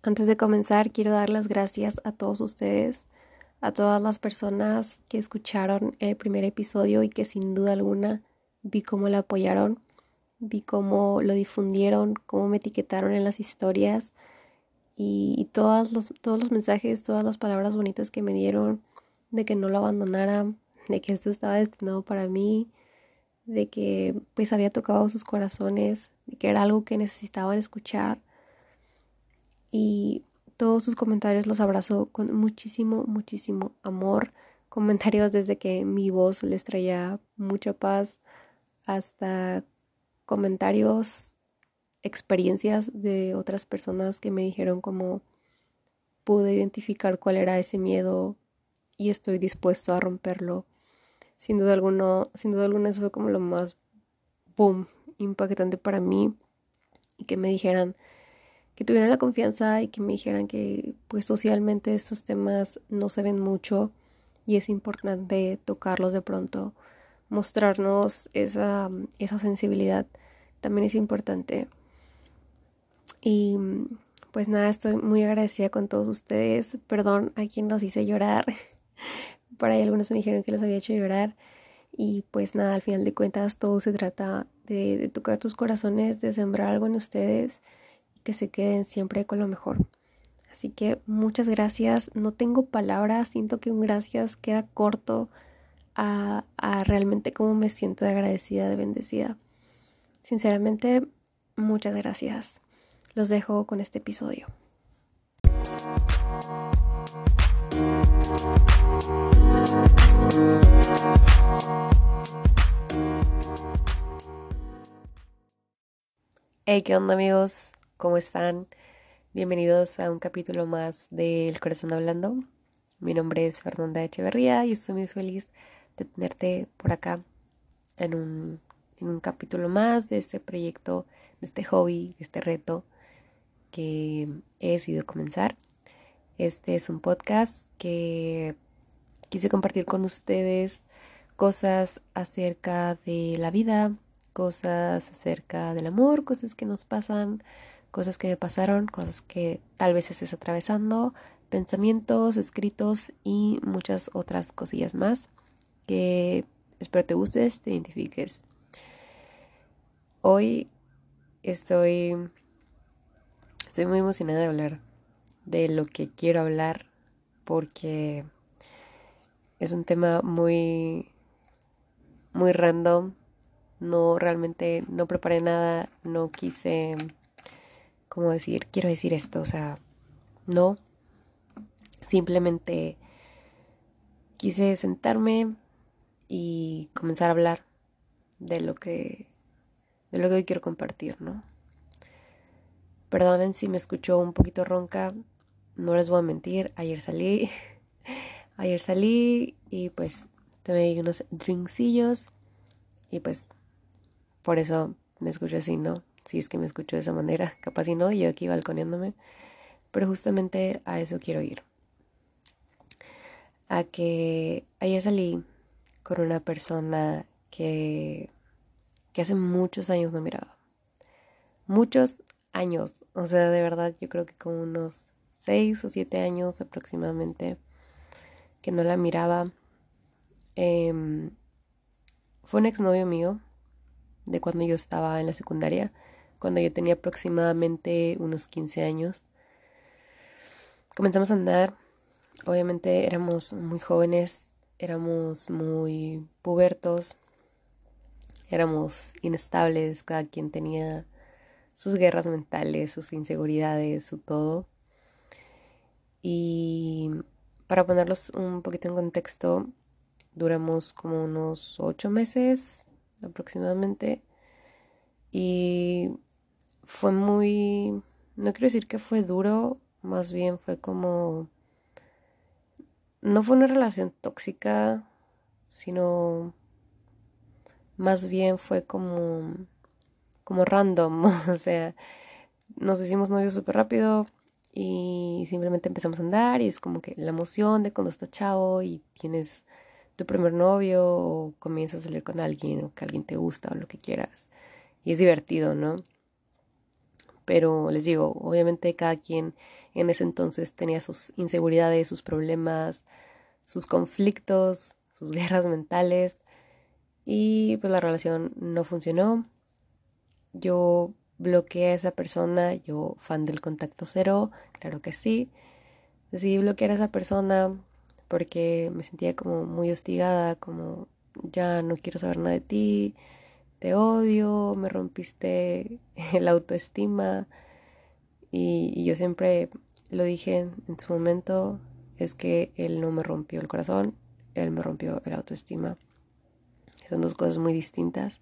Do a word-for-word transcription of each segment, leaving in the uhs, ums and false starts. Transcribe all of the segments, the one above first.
Antes de comenzar, quiero dar las gracias a todos ustedes, a todas las personas que escucharon el primer episodio y que sin duda alguna vi cómo lo apoyaron, vi cómo lo difundieron, cómo me etiquetaron en las historias y, y todos los, todos los mensajes, todas las palabras bonitas que me dieron de que no lo abandonara, de que esto estaba destinado para mí, de que pues había tocado sus corazones, de que era algo que necesitaban escuchar. Y todos sus comentarios los abrazo con muchísimo, muchísimo amor. Comentarios desde que mi voz les traía mucha paz hasta comentarios, experiencias de otras personas que me dijeron cómo pude identificar cuál era ese miedo y estoy dispuesto a romperlo. Sin duda alguna, sin duda alguna eso fue como lo más boom, impactante para mí y que me dijeran que tuvieran la confianza y que me dijeran que pues socialmente estos temas no se ven mucho y es importante tocarlos de pronto, mostrarnos esa, esa sensibilidad también es importante. Y pues nada, estoy muy agradecida con todos ustedes. Perdón a quien los hice llorar. Por ahí algunos me dijeron que los había hecho llorar. Y pues nada, al final de cuentas todo se trata de, de tocar tus corazones, de sembrar algo en ustedes y que se queden siempre con lo mejor. Así que muchas gracias. No tengo palabras, siento que un gracias queda corto a, a realmente cómo me siento de agradecida, de bendecida. Sinceramente, muchas gracias. Los dejo con este episodio. Hey, ¿qué onda amigos? ¿Cómo están? Bienvenidos a un capítulo más de El Corazón Hablando. Mi nombre es Fernanda Echeverría y estoy muy feliz de tenerte por acá en un, en un capítulo más de este proyecto, de este hobby, de este reto que he decidido comenzar. Este es un podcast que quise compartir con ustedes cosas acerca de la vida, cosas acerca del amor, cosas que nos pasan, cosas que me pasaron, cosas que tal vez estés atravesando, pensamientos, escritos y muchas otras cosillas más que espero te gustes, te identifiques. Hoy estoy, estoy muy emocionada de hablar de lo que quiero hablar porque es un tema muy, muy random. No, realmente no preparé nada, no quise, como decir, quiero decir esto, o sea, no. Simplemente quise sentarme y comenzar a hablar de lo que, de lo que hoy quiero compartir, ¿no? Perdonen si me escucho un poquito ronca, no les voy a mentir, ayer salí, ayer salí y pues tomé unos drinksillos y pues por eso me escucho así, ¿no? Si es que me escucho de esa manera, capaz si no, yo aquí balconeándome, pero justamente a eso quiero ir. A que ayer salí con una persona que, que hace muchos años no miraba. Muchos años, o sea, de verdad yo creo que como unos seis o siete años aproximadamente que no la miraba. Eh, fue un exnovio mío de cuando yo estaba en la secundaria, cuando yo tenía aproximadamente unos quince años. Comenzamos a andar, obviamente éramos muy jóvenes, éramos muy pubertos, éramos inestables, cada quien tenía sus guerras mentales, sus inseguridades, su todo. Y para ponerlos un poquito en contexto, duramos como unos ocho meses aproximadamente. Y fue muy, no quiero decir que fue duro, más bien fue como, no fue una relación tóxica, sino más bien fue como, como random, o sea, nos hicimos novios súper rápido y simplemente empezamos a andar y es como que la emoción de cuando estás chavo y tienes tu primer novio o comienzas a salir con alguien o que alguien te gusta o lo que quieras y es divertido, ¿no? Pero les digo, obviamente cada quien en ese entonces tenía sus inseguridades, sus problemas, sus conflictos, sus guerras mentales y pues la relación no funcionó. Yo bloqueé a esa persona, yo fan del contacto cero, claro que sí. Decidí bloquear a esa persona porque me sentía como muy hostigada, como ya no quiero saber nada de ti, te odio, me rompiste la autoestima. Y, y yo siempre lo dije en, en su momento, es que él no me rompió el corazón, él me rompió el autoestima. Son dos cosas muy distintas.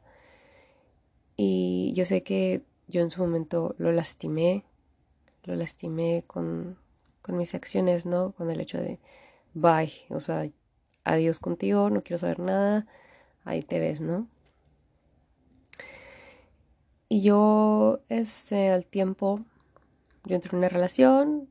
Y yo sé que yo en su momento lo lastimé, lo lastimé con, con mis acciones, ¿no? Con el hecho de, bye, o sea, adiós contigo, no quiero saber nada, ahí te ves, ¿no? Y yo, este, al tiempo, yo entré en una relación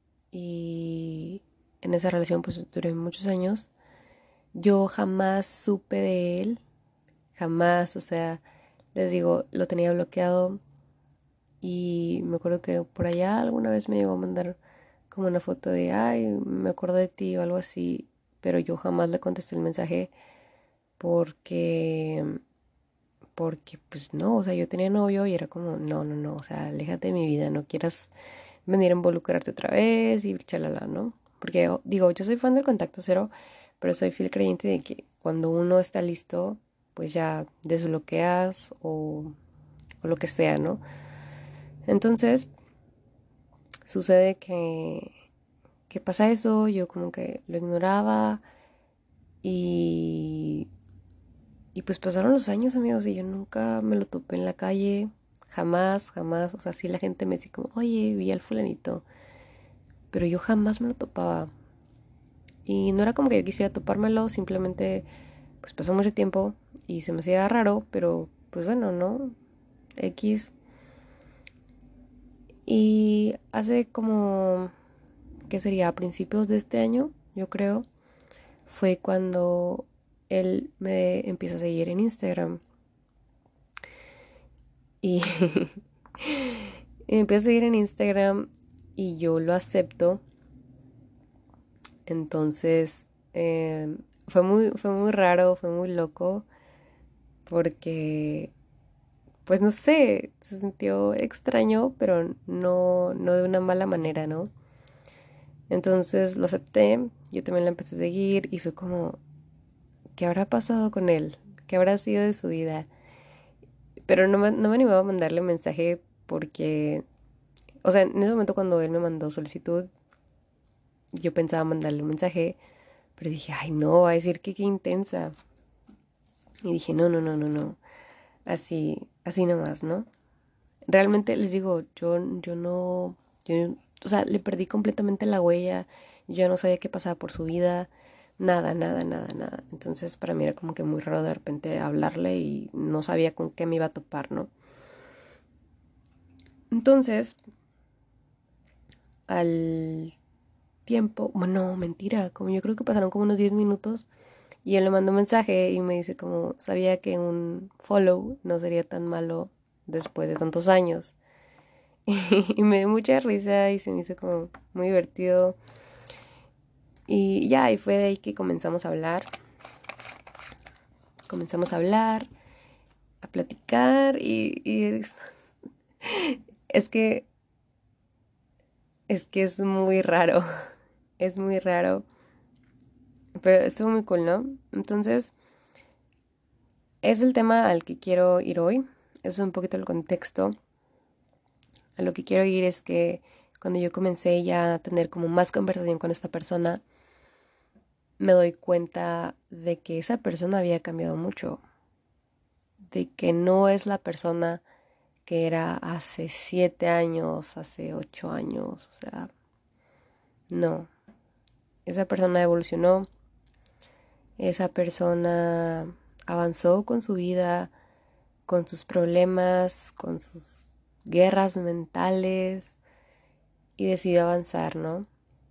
y en esa relación pues duré muchos años. Yo jamás supe de él, jamás, o sea, les digo, lo tenía bloqueado y me acuerdo que por allá alguna vez me llegó a mandar como una foto de, ay, me acuerdo de ti o algo así, pero yo jamás le contesté el mensaje porque, porque pues no, o sea, yo tenía novio y era como, no, no, no, o sea, aléjate de mi vida, no quieras venir a involucrarte otra vez y chalala, ¿no? Porque digo, yo soy fan del contacto cero, pero soy fiel creyente de que cuando uno está listo, pues ya desbloqueas o, o lo que sea, ¿no? Entonces, sucede que, que pasa eso, yo como que lo ignoraba y, y pues pasaron los años, amigos, y yo nunca me lo topé en la calle, jamás, jamás, o sea, sí la gente me decía como, oye, vi al fulanito, pero yo jamás me lo topaba. Y no era como que yo quisiera topármelo, simplemente pues pasó mucho tiempo y se me hacía raro, pero pues bueno, ¿no? X. Y hace como, ¿qué sería? A principios de este año, yo creo, fue cuando él me empieza a seguir en Instagram. Y, y me empieza a seguir en Instagram y yo lo acepto. Entonces, eh, fue muy, fue muy raro, fue muy loco, porque pues no sé, se sintió extraño, pero no, no de una mala manera, ¿no? Entonces lo acepté, yo también la empecé a seguir y fue como, ¿qué habrá pasado con él? ¿Qué habrá sido de su vida? Pero no me, no me animaba a mandarle mensaje porque, o sea, en ese momento cuando él me mandó solicitud, yo pensaba mandarle un mensaje, pero dije, ay no, va a decir que qué intensa. Y dije, no, no, no, no, no, así, así nomás, ¿no? Realmente les digo, yo, yo no, yo, o sea, le perdí completamente la huella, yo no sabía qué pasaba por su vida, nada, nada, nada, nada. Entonces para mí era como que muy raro de repente hablarle y no sabía con qué me iba a topar, ¿no? Entonces, al tiempo, bueno, mentira, como yo creo que pasaron como unos diez minutos y él le mandó un mensaje y me dice como, sabía que un follow no sería tan malo después de tantos años. Y me dio mucha risa y se me hizo como muy divertido. Y ya, y fue de ahí que comenzamos a hablar. Comenzamos a hablar, a platicar y, y es que es que es muy raro. Es muy raro. Pero estuvo muy cool, ¿no? Entonces, es el tema al que quiero ir hoy. Es un poquito el contexto. A lo que quiero ir es que cuando yo comencé ya a tener como más conversación con esta persona, me doy cuenta de que esa persona había cambiado mucho, de que no es la persona que era hace siete años, hace ocho años, o sea, no, esa persona evolucionó, esa persona avanzó con su vida, con sus problemas, con sus guerras mentales y decidió avanzar, ¿no?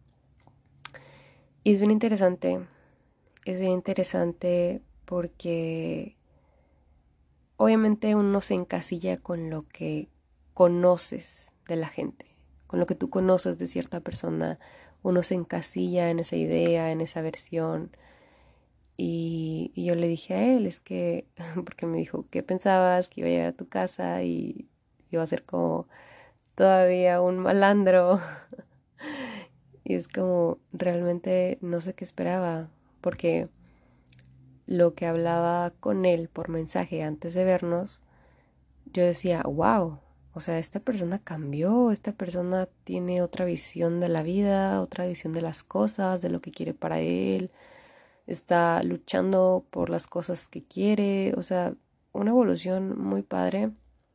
Y es bien interesante, es bien interesante porque obviamente uno se encasilla con lo que conoces, de la gente, con lo que tú conoces de cierta persona. Uno se encasilla en esa idea, en esa versión. Y, y yo le dije a él, es que, porque me dijo, ¿qué pensabas? Que iba a llegar a tu casa y iba a ser como todavía un malandro. Y es como, realmente no sé qué esperaba, porque lo que hablaba con él por mensaje antes de vernos, yo decía, wow, o sea, esta persona cambió, esta persona tiene otra visión de la vida, otra visión de las cosas, de lo que quiere para él, está luchando por las cosas que quiere, o sea, una evolución muy padre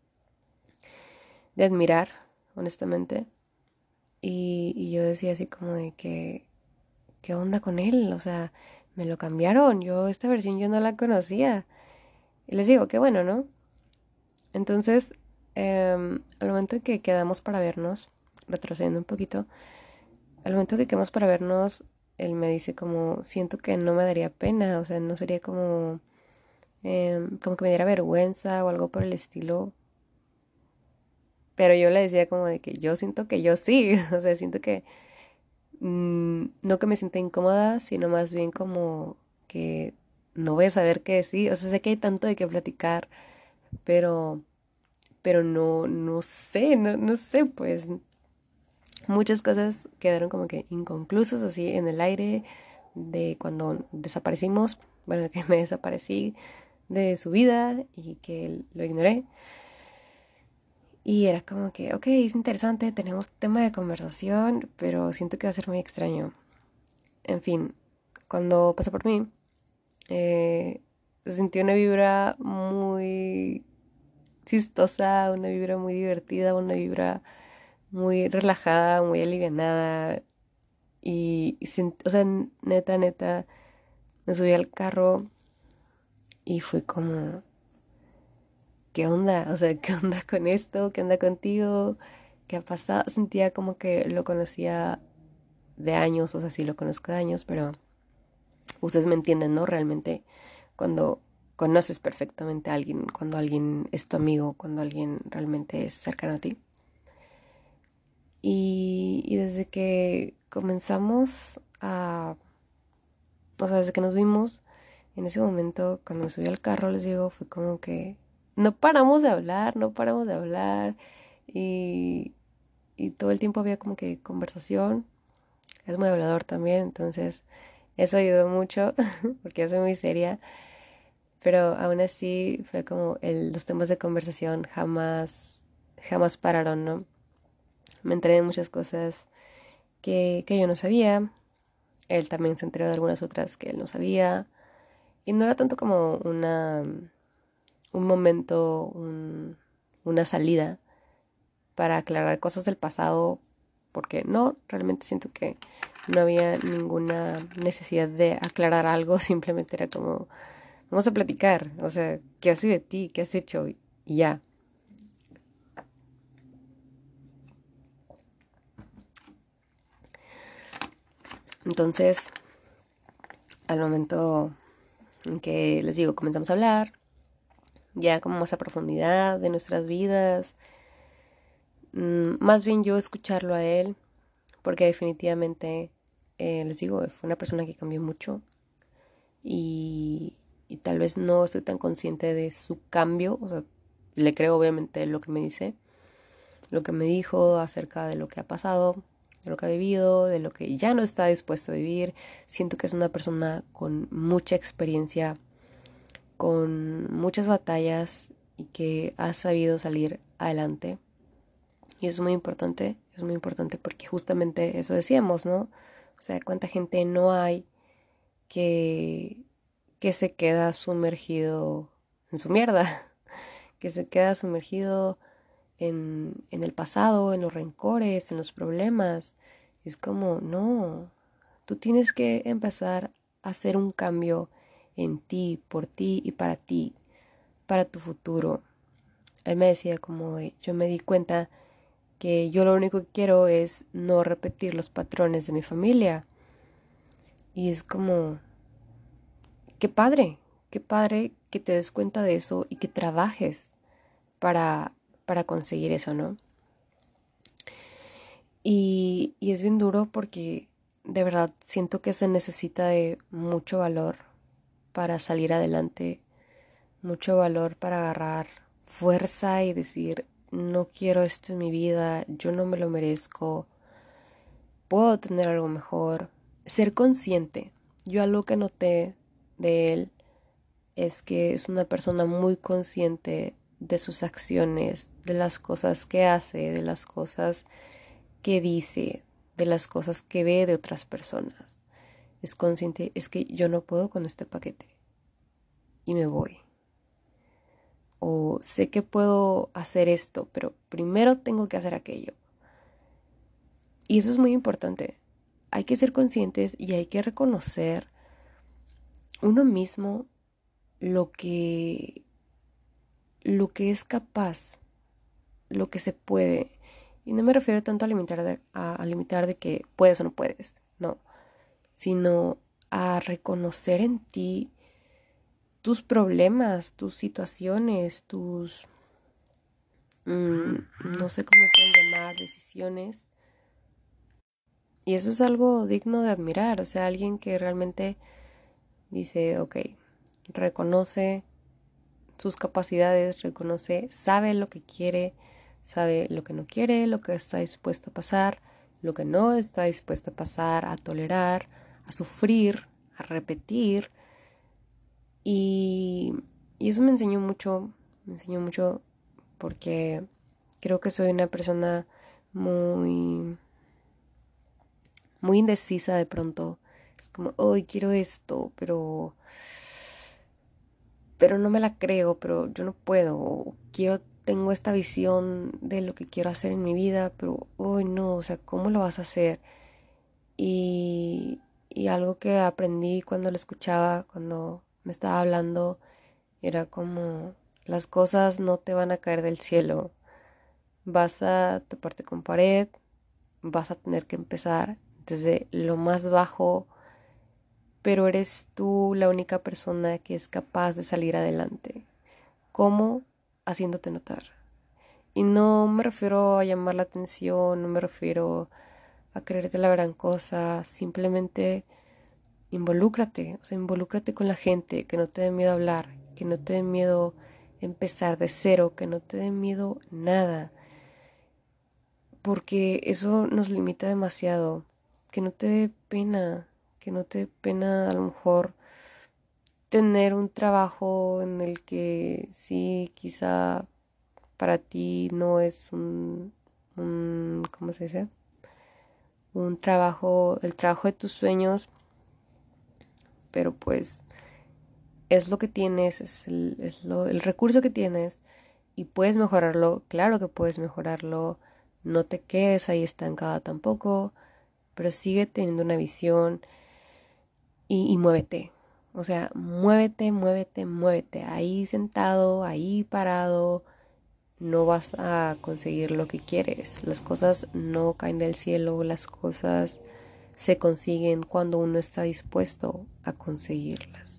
de admirar, honestamente. Y, y yo decía así como de que, ¿qué onda con él? O sea, me lo cambiaron, yo esta versión yo no la conocía. Y les digo, qué bueno, ¿no? Entonces, eh, al momento en que quedamos para vernos, retrocediendo un poquito, al momento que quedamos para vernos, él me dice como, siento que no me daría pena, o sea, no sería como, eh, como que me diera vergüenza o algo por el estilo. Pero yo le decía como de que yo siento que yo sí, o sea, siento que mm, no que me sienta incómoda, sino más bien como que no voy a saber qué decir, o sea, sé que hay tanto de qué platicar, pero pero no, no sé, no, no sé, pues muchas cosas quedaron como que inconclusas así en el aire de cuando desaparecimos, bueno, que me desaparecí de su vida y que lo ignoré. Y era como que, ok, es interesante, tenemos tema de conversación, pero siento que va a ser muy extraño. En fin, cuando pasó por mí, eh, sentí una vibra muy chistosa, una vibra muy divertida, una vibra muy relajada, muy alivianada. Y, y sent- o sea, neta, neta, me subí al carro y fue como, ¿qué onda? O sea, ¿qué onda con esto? ¿Qué onda contigo? ¿Qué ha pasado? Sentía como que lo conocía de años, o sea, sí lo conozco de años, pero ustedes me entienden, ¿no? Realmente cuando conoces perfectamente a alguien, cuando alguien es tu amigo, cuando alguien realmente es cercano a ti. Y, y desde que comenzamos a, o sea, desde que nos vimos, en ese momento, cuando me subí al carro, les digo, fue como que no paramos de hablar, no paramos de hablar. Y, y todo el tiempo había como que conversación. Es muy hablador también, entonces eso ayudó mucho, porque yo soy muy seria. Pero aún así fue como el, los temas de conversación jamás, jamás pararon, ¿no? Me enteré de muchas cosas que, que yo no sabía. Él también se enteró de algunas otras que él no sabía. Y no era tanto como una, un momento, un, una salida para aclarar cosas del pasado, porque no, realmente siento que no había ninguna necesidad de aclarar algo, simplemente era como, vamos a platicar, o sea, ¿qué has sido de ti? ¿Qué has hecho? Y ya. Entonces, al momento en que les digo, comenzamos a hablar, ya como más a profundidad de nuestras vidas, mm, más bien yo escucharlo a él, porque definitivamente, eh, les digo, fue una persona que cambió mucho y, y tal vez no estoy tan consciente de su cambio, o sea, le creo obviamente lo que me dice, lo que me dijo acerca de lo que ha pasado, de lo que ha vivido, de lo que ya no está dispuesto a vivir. Siento que es una persona con mucha experiencia, con muchas batallas y que ha sabido salir adelante. Y eso es muy importante, es muy importante porque justamente eso decíamos, ¿no? O sea, cuánta gente no hay que, que se queda sumergido en su mierda, que se queda sumergido en, en el pasado, en los rencores, en los problemas. Es como, no, tú tienes que empezar a hacer un cambio en ti, por ti y para ti, para tu futuro. Él me decía como, de, yo me di cuenta que yo lo único que quiero es no repetir los patrones de mi familia. Y es como, qué padre, qué padre que te des cuenta de eso y que trabajes para, para conseguir eso, ¿no? Y, y es bien duro porque de verdad siento que se necesita de mucho valor para salir adelante, mucho valor para agarrar fuerza y decir, no quiero esto en mi vida, yo no me lo merezco, puedo tener algo mejor. Ser consciente. Yo algo que noté de él es que es una persona muy consciente de sus acciones, de las cosas que hace, de las cosas que dice, de las cosas que ve de otras personas. Es consciente, es que yo no puedo con este paquete y me voy. O sé que puedo hacer esto, pero primero tengo que hacer aquello. Y eso es muy importante. Hay que ser conscientes y hay que reconocer uno mismo lo que, lo que es capaz, lo que se puede. Y no me refiero tanto a limitar de, a, a limitar de que puedes o no puedes, no, sino a reconocer en ti tus problemas, tus situaciones, tus, mmm, no sé cómo pueden llamar, decisiones. Y eso es algo digno de admirar, o sea, alguien que realmente dice, ok, reconoce sus capacidades, reconoce, sabe lo que quiere, sabe lo que no quiere, lo que está dispuesto a pasar, lo que no está dispuesto a pasar, a tolerar, a sufrir, a repetir. Y, y eso me enseñó mucho, me enseñó mucho porque creo que soy una persona muy, muy indecisa de pronto. Es como, hoy quiero esto, pero pero no me la creo, pero yo no puedo, quiero, tengo esta visión de lo que quiero hacer en mi vida, pero hoy no, o sea, ¿cómo lo vas a hacer? Y, y algo que aprendí cuando lo escuchaba, cuando me estaba hablando, era como, las cosas no te van a caer del cielo, vas a toparte con pared, vas a tener que empezar desde lo más bajo, pero eres tú la única persona que es capaz de salir adelante. ¿Cómo? Haciéndote notar. Y no me refiero a llamar la atención, no me refiero a creerte la gran cosa, simplemente involúcrate, o sea, involúcrate con la gente, que no te dé miedo hablar, que no te dé miedo empezar de cero, que no te dé miedo nada, porque eso nos limita demasiado, que no te dé pena, que no te dé pena a lo mejor tener un trabajo en el que sí, quizá para ti no es un, un, ¿cómo se dice? Un trabajo, el trabajo de tus sueños, pero pues es lo que tienes, es, el, es lo, el recurso que tienes y puedes mejorarlo, claro que puedes mejorarlo, no te quedes ahí estancada tampoco, pero sigue teniendo una visión y, y muévete. O sea, muévete, muévete, muévete. Ahí sentado, ahí parado, no vas a conseguir lo que quieres. Las cosas no caen del cielo, las cosas se consiguen cuando uno está dispuesto a conseguirlas.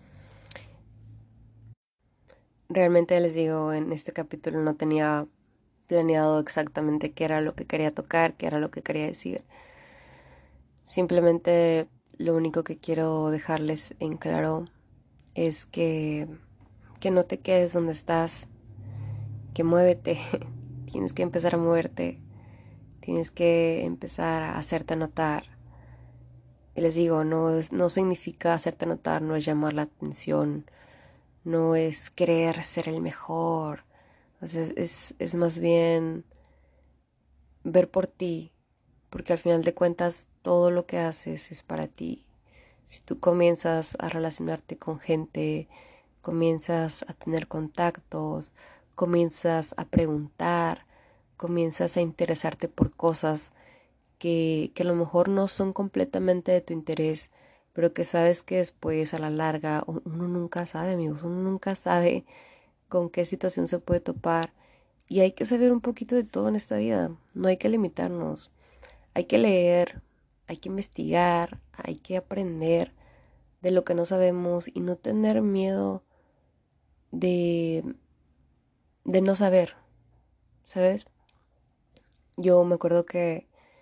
Realmente les digo, en este capítulo no tenía planeado exactamente qué era lo que quería tocar, qué era lo que quería decir. Simplemente lo único que quiero dejarles en claro es que, que no te quedes donde estás, que muévete, tienes que empezar a moverte, tienes que empezar a hacerte notar. Y les digo, no, es, no significa hacerte notar, no es llamar la atención, no es querer ser el mejor. O sea, es, es más bien ver por ti, porque al final de cuentas todo lo que haces es para ti. Si tú comienzas a relacionarte con gente, comienzas a tener contactos, comienzas a preguntar, comienzas a interesarte por cosas que, que a lo mejor no son completamente de tu interés, pero que sabes que después a la larga uno nunca sabe, amigos, uno nunca sabe con qué situación se puede topar y hay que saber un poquito de todo en esta vida, no hay que limitarnos, hay que leer, hay que investigar, hay que aprender de lo que no sabemos y no tener miedo de, de no saber, ¿sabes? Yo me acuerdo que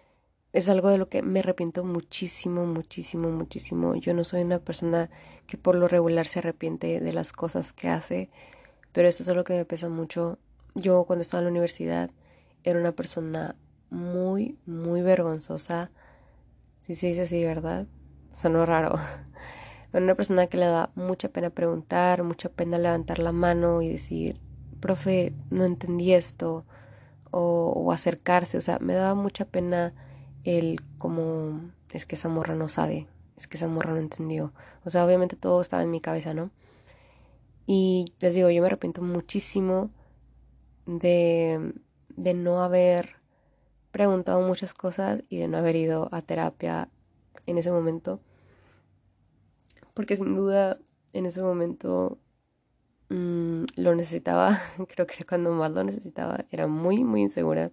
es algo de lo que me arrepiento muchísimo, muchísimo, muchísimo. Yo no soy una persona que por lo regular se arrepiente de las cosas que hace, pero esto es algo que me pesa mucho. Yo cuando estaba en la universidad era una persona muy, muy vergonzosa. Si se dice así, ¿verdad? Sonó raro. Era una persona que le da mucha pena preguntar, mucha pena levantar la mano y decir, profe, no entendí esto, o, o acercarse. O sea, me daba mucha pena el como, es que esa morra no sabe, es que esa morra no entendió. O sea, obviamente todo estaba en mi cabeza, ¿no? Y les digo, yo me arrepiento muchísimo de, de no haber preguntado muchas cosas y de no haber ido a terapia en ese momento. Porque sin duda en ese momento mmm, lo necesitaba. Creo que cuando más lo necesitaba era muy, muy insegura.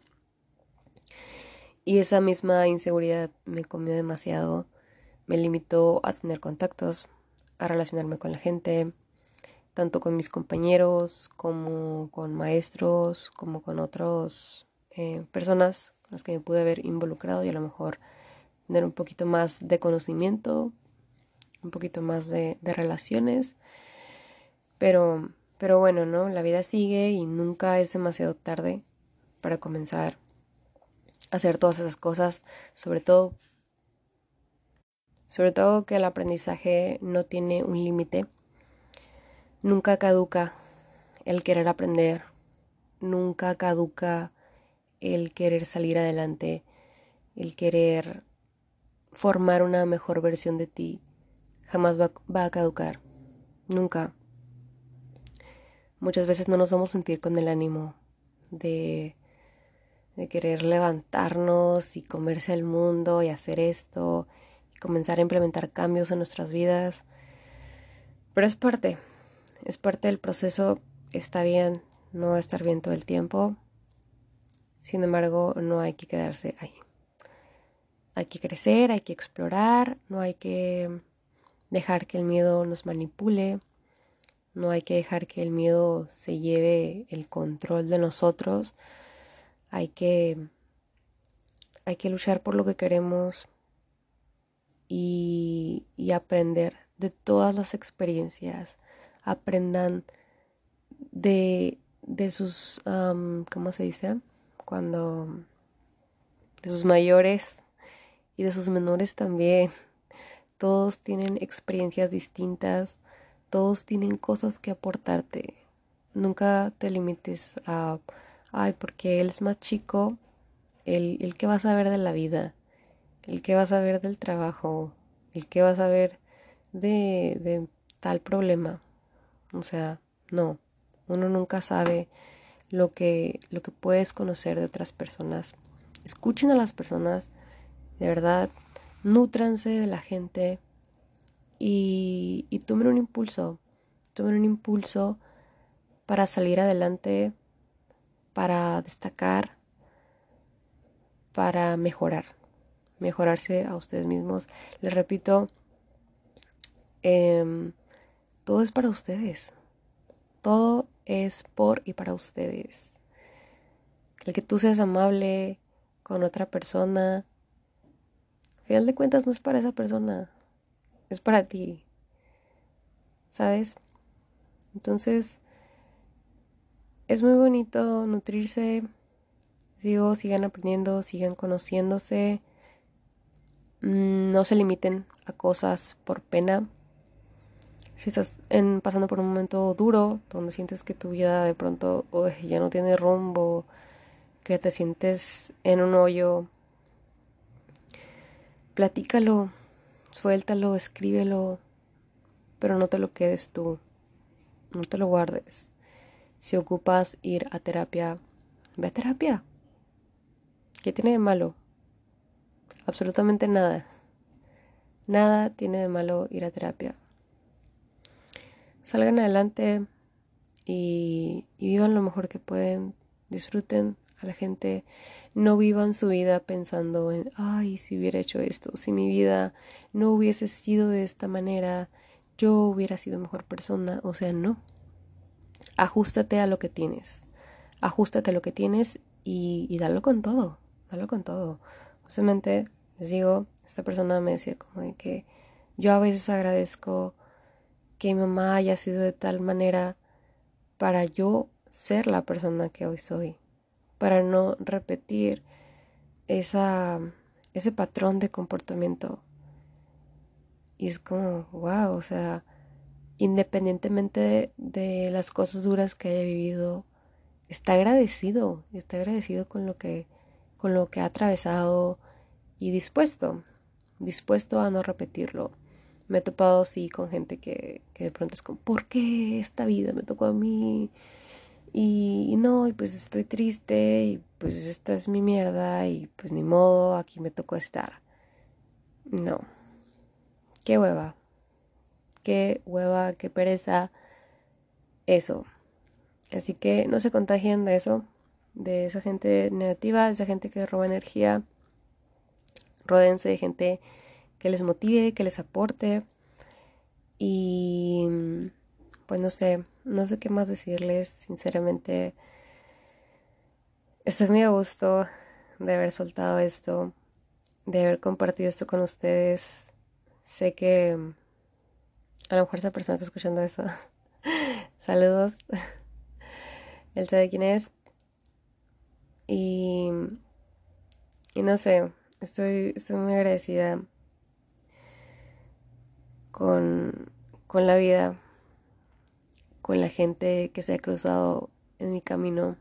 Y esa misma inseguridad me comió demasiado. Me limitó a tener contactos, a relacionarme con la gente, tanto con mis compañeros como con maestros, como con otras eh, personas con las que me pude haber involucrado y a lo mejor tener un poquito más de conocimiento, un poquito más de, de relaciones. Pero, pero bueno, ¿no? La vida sigue y nunca es demasiado tarde para comenzar a hacer todas esas cosas, sobre todo, sobre todo que el aprendizaje no tiene un límite. Nunca caduca el querer aprender, nunca caduca el querer salir adelante, el querer formar una mejor versión de ti. Jamás va, va a caducar, nunca. Muchas veces no nos vamos a sentir con el ánimo de, de querer levantarnos y comerse al mundo y hacer esto y comenzar a implementar cambios en nuestras vidas. Pero es parte, es parte del proceso. Está bien no va a estar bien todo el tiempo. Sin embargo, no hay que quedarse ahí. Hay que crecer, hay que explorar, no hay que dejar que el miedo nos manipule, no hay que dejar que el miedo se lleve el control de nosotros. Hay que, hay que luchar por lo que queremos y, y aprender de todas las experiencias. Aprendan de, de sus, um, ¿cómo se dice? Cuando, de sus mayores y de sus menores también. Todos tienen experiencias distintas, todos tienen cosas que aportarte. Nunca te limites a, ay, porque él es más chico, el, el que va a saber de la vida, el que va a saber del trabajo, el que va a saber de, de tal problema. O sea, no, uno nunca sabe lo que, lo que puedes conocer de otras personas. Escuchen a las personas, de verdad, nútranse de la gente y, y tomen un impulso, tomen un impulso para salir adelante, para destacar, para mejorar, mejorarse a ustedes mismos. Les repito, eh, todo es para ustedes, todo es por y para ustedes. El que tú seas amable con otra persona, al final de cuentas no es para esa persona, es para ti, ¿sabes? Entonces, es muy bonito nutrirse. Digo, sigan aprendiendo, sigan conociéndose. No se limiten a cosas por pena. Si estás en, pasando por un momento duro, donde sientes que tu vida de pronto uy, ya no tiene rumbo, que te sientes en un hoyo, platícalo, suéltalo, escríbelo, pero no te lo quedes tú, no te lo guardes. Si ocupas ir a terapia, ve a terapia. ¿Qué tiene de malo? Absolutamente nada. Nada tiene de malo ir a terapia. Salgan adelante y, y vivan lo mejor que pueden. Disfruten a la gente. No vivan su vida pensando en, ay, si hubiera hecho esto, si mi vida no hubiese sido de esta manera, yo hubiera sido mejor persona. O sea, no. Ajústate a lo que tienes. Ajústate a lo que tienes y, y dalo con todo. Dalo con todo. Justamente les digo, esta persona me decía como de que yo a veces agradezco que mi mamá haya sido de tal manera para yo ser la persona que hoy soy, para no repetir esa, ese patrón de comportamiento. Y es como, wow, o sea, independientemente de, de las cosas duras que haya vivido, está agradecido, está agradecido con lo que, con lo que ha atravesado y dispuesto, dispuesto a no repetirlo. Me he topado, sí, con gente que, que de pronto es como, ¿por qué esta vida me tocó a mí? Y, y no, y pues estoy triste, y pues esta es mi mierda, y pues ni modo, aquí me tocó estar. No, qué hueva, qué hueva, qué pereza, eso. Así que no se contagien de eso, de esa gente negativa, de esa gente que roba energía. Ródense de gente que les motive, que les aporte. Y pues no sé, no sé qué más decirles. Sinceramente, estoy muy a gusto de haber soltado esto, de haber compartido esto con ustedes. Sé que a lo mejor esa persona está escuchando eso. Saludos, él sabe quién es. Y, y no sé, estoy, estoy muy agradecida con, con la vida, con la gente que se ha cruzado en mi camino,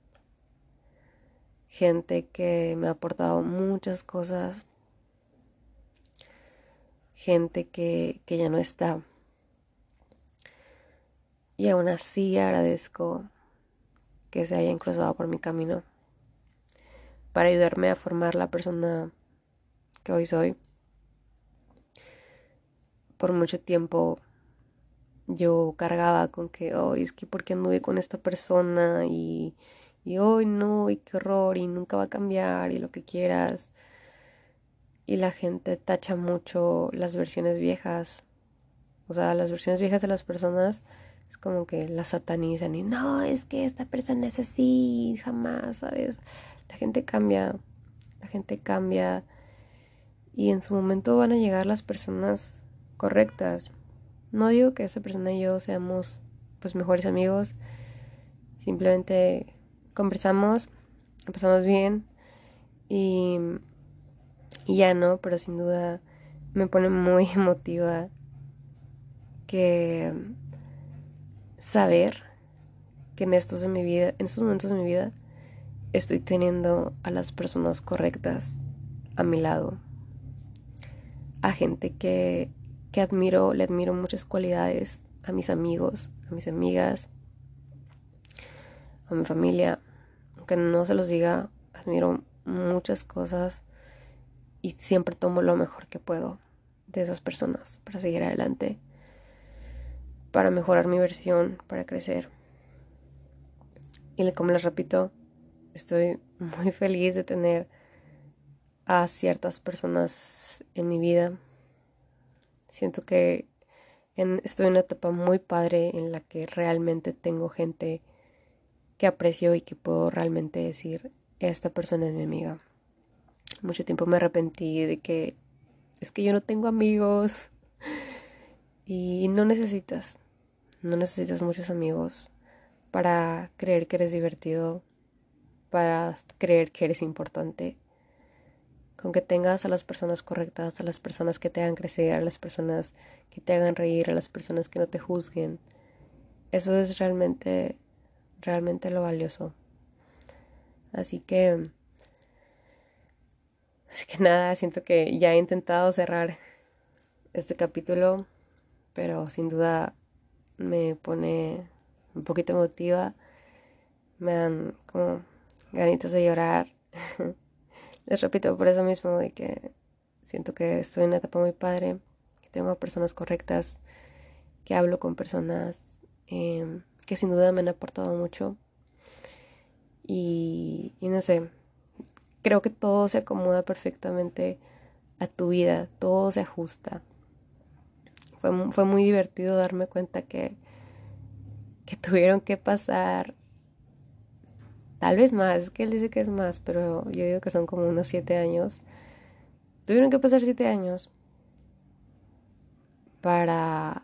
gente que me ha aportado muchas cosas, gente que, que ya no está. Y aún así agradezco que se hayan cruzado por mi camino para ayudarme a formar la persona que hoy soy. Por mucho tiempo yo cargaba con que, oh, es que porque anduve con esta persona y, y hoy no, y qué horror, y nunca va a cambiar, y lo que quieras. Y la gente tacha mucho las versiones viejas. O sea, las versiones viejas de las personas es como que las satanizan y no, es que esta persona es así, jamás, ¿sabes? La gente cambia, la gente cambia y en su momento van a llegar las personas correctas. No digo que esa persona y yo seamos pues mejores amigos, simplemente conversamos, pasamos bien y, y ya no, pero sin duda me pone muy emotiva que saber que en estos de mi vida, en estos momentos de mi vida, estoy teniendo a las personas correctas a mi lado, a gente que, que admiro, le admiro muchas cualidades, a mis amigos, a mis amigas, a mi familia, aunque no se los diga, admiro muchas cosas y siempre tomo lo mejor que puedo de esas personas para seguir adelante, para mejorar mi versión, para crecer. Y como les repito, estoy muy feliz de tener a ciertas personas en mi vida. Siento que en, estoy en una etapa muy padre en la que realmente tengo gente que aprecio y que puedo realmente decir, esta persona es mi amiga. Mucho tiempo me arrepentí de que es que yo no tengo amigos y no necesitas, no necesitas muchos amigos para creer que eres divertido, para creer que eres importante. Con que tengas a las personas correctas, a las personas que te hagan crecer, a las personas que te hagan reír, a las personas que no te juzguen. Eso es realmente, realmente lo valioso. Así que, así que nada, siento que ya he intentado cerrar este capítulo, pero sin duda me pone un poquito emotiva. Me dan como ganitas de llorar. Les repito por eso mismo de que siento que estoy en una etapa muy padre, que tengo a personas correctas, que hablo con personas eh, que sin duda me han aportado mucho y, y no sé, creo que todo se acomoda perfectamente a tu vida, todo se ajusta. Fue, fue muy divertido darme cuenta que, que tuvieron que pasar tal vez más, es que él dice que es más, pero yo digo que son como unos siete años tuvieron que pasar siete años para,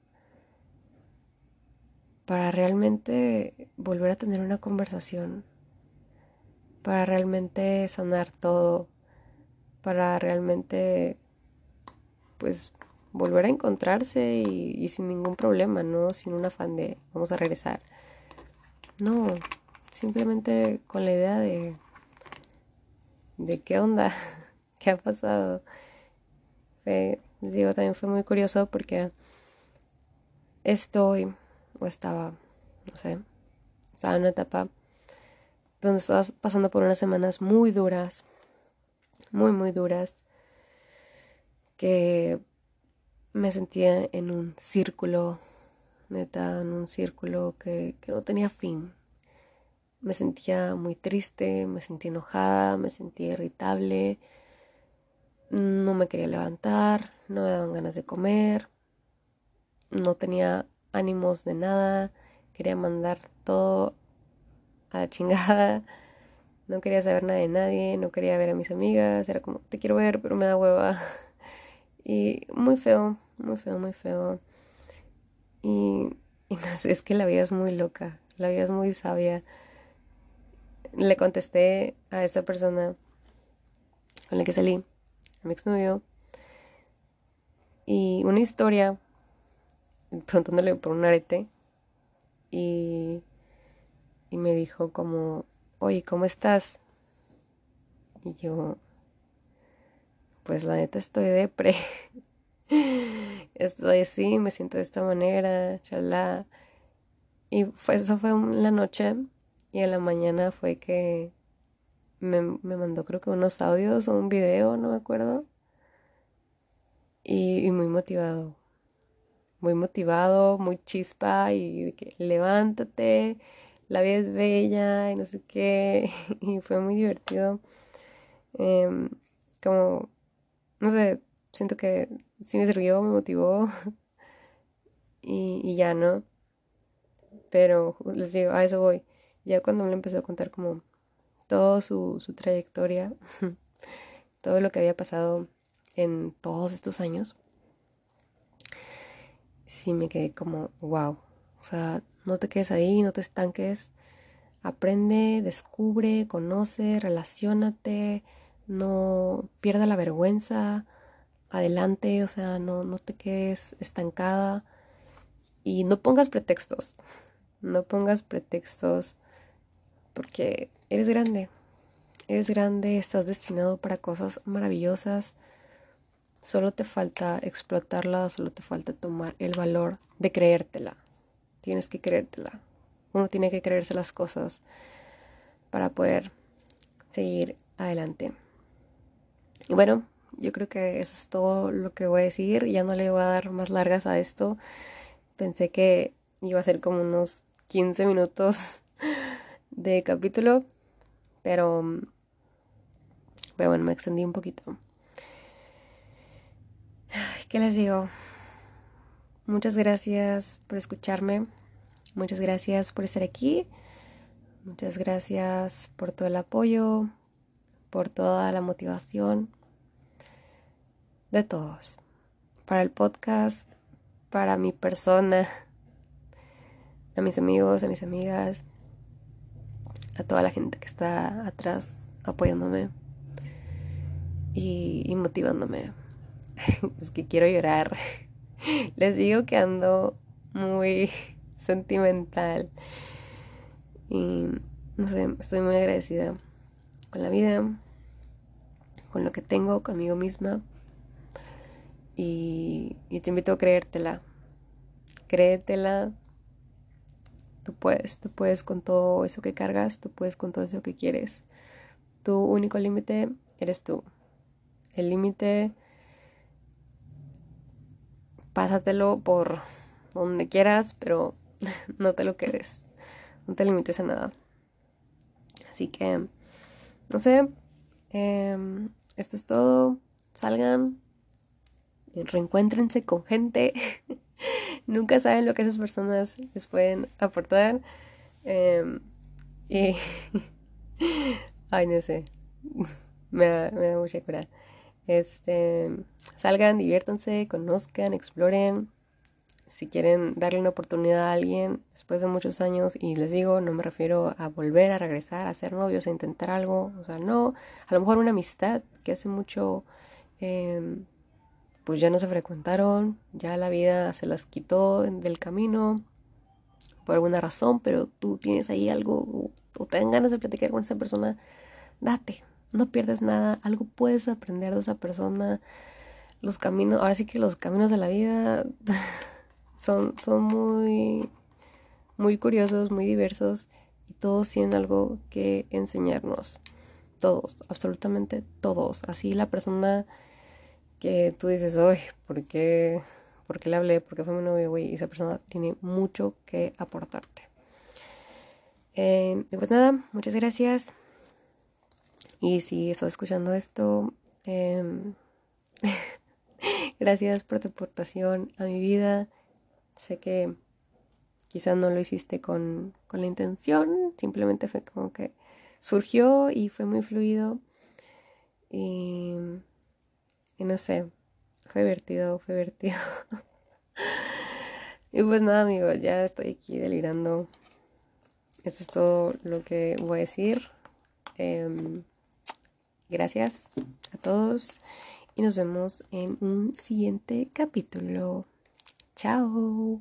para realmente volver a tener una conversación, para realmente sanar todo, para realmente, pues, volver a encontrarse y, y sin ningún problema, ¿no? Sin un afán de vamos a regresar. No, simplemente con la idea de, de qué onda, qué ha pasado. Fue, digo, también fue muy curioso porque estoy, o estaba, no sé, estaba en una etapa donde estaba pasando por unas semanas muy duras, muy, muy duras, que me sentía en un círculo, neta, en un círculo que, que no tenía fin. Me sentía muy triste, me sentía enojada, me sentía irritable, no me quería levantar, no me daban ganas de comer, no tenía ánimos de nada, quería mandar todo a la chingada, no quería saber nada de nadie, no quería ver a mis amigas, era como, te quiero ver, pero me da hueva. Y muy feo, muy feo, muy feo. Y, y no sé, es que la vida es muy loca, la vida es muy sabia. Le contesté a esta persona con la que salí, a mi exnovio, y una historia preguntándole por un arete y, y me dijo como, oye, ¿cómo estás? Y yo, pues la neta estoy depre, estoy así, me siento de esta manera, chalá. Y fue, eso fue en la noche y en la mañana fue que me, me mandó creo que unos audios o un video, no me acuerdo. Y, y muy motivado, muy motivado, muy chispa y de que levántate, la vida es bella y no sé qué. Y fue muy divertido. Em, como, no sé, siento que sí me sirvió, me motivó y, y ya no. Pero les digo, a eso voy. Ya cuando me lo empezó a contar como todo su, su trayectoria, todo lo que había pasado en todos estos años, sí me quedé como, wow. O sea, no te quedes ahí, no te estanques. Aprende, descubre, conoce, relaciónate, no pierda la vergüenza, adelante, o sea, no, no te quedes estancada y no pongas pretextos, no pongas pretextos porque eres grande, eres grande, estás destinado para cosas maravillosas, solo te falta explotarla, solo te falta tomar el valor de creértela, tienes que creértela, uno tiene que creerse las cosas para poder seguir adelante. Y bueno, yo creo que eso es todo lo que voy a decir. Ya no le voy a dar más largas a esto. Pensé que iba a ser como unos quince minutos de capítulo, pero, pero bueno, me extendí un poquito. ¿Qué les digo? Muchas gracias por escucharme. Muchas gracias por estar aquí. Muchas gracias por todo el apoyo, por toda la motivación de todos. Para el podcast, para mi persona, a mis amigos, a mis amigas, a toda la gente que está atrás apoyándome y, y motivándome. Es que quiero llorar. Les digo que ando muy sentimental y no sé, estoy muy agradecida con la vida, con lo que tengo, conmigo misma y, y te invito a creértela. Créetela. Tú puedes, tú puedes con todo eso que cargas, tú puedes con todo eso que quieres. Tu único límite eres tú. El límite, pásatelo por donde quieras, pero no te lo quedes. No te limites a nada. Así que, no sé, eh, esto es todo. Salgan, reencuéntrense con gente. Nunca saben lo que esas personas les pueden aportar. Eh, y, ay, no sé, me da, me da mucha cura. Este, salgan, diviértanse, conozcan, exploren. Si quieren darle una oportunidad a alguien después de muchos años, y les digo, no me refiero a volver a regresar, a ser novios, a intentar algo, o sea, no, a lo mejor una amistad que hace mucho, eh, pues ya no se frecuentaron, ya la vida se las quitó del camino por alguna razón, pero tú tienes ahí algo o, o te dan ganas de platicar con esa persona, date, no pierdes nada, algo puedes aprender de esa persona. Los caminos, ahora sí que los caminos de la vida son, son muy, muy curiosos, muy diversos, y todos tienen algo que enseñarnos. Todos, absolutamente todos. Así la persona que tú dices, uy, ¿por qué, ¿por qué le hablé? ¿Por qué fue mi novio, güey? Y esa persona tiene mucho que aportarte. Eh, y pues nada, muchas gracias. Y si estás escuchando esto, eh, gracias por tu aportación a mi vida. Sé que quizás no lo hiciste con, con la intención, simplemente fue como que surgió y fue muy fluido. Y, y no sé, fue divertido, fue divertido. Y pues nada, amigos, ya estoy aquí delirando. Esto es todo lo que voy a decir. Eh, gracias a todos y nos vemos en un siguiente capítulo. Chao.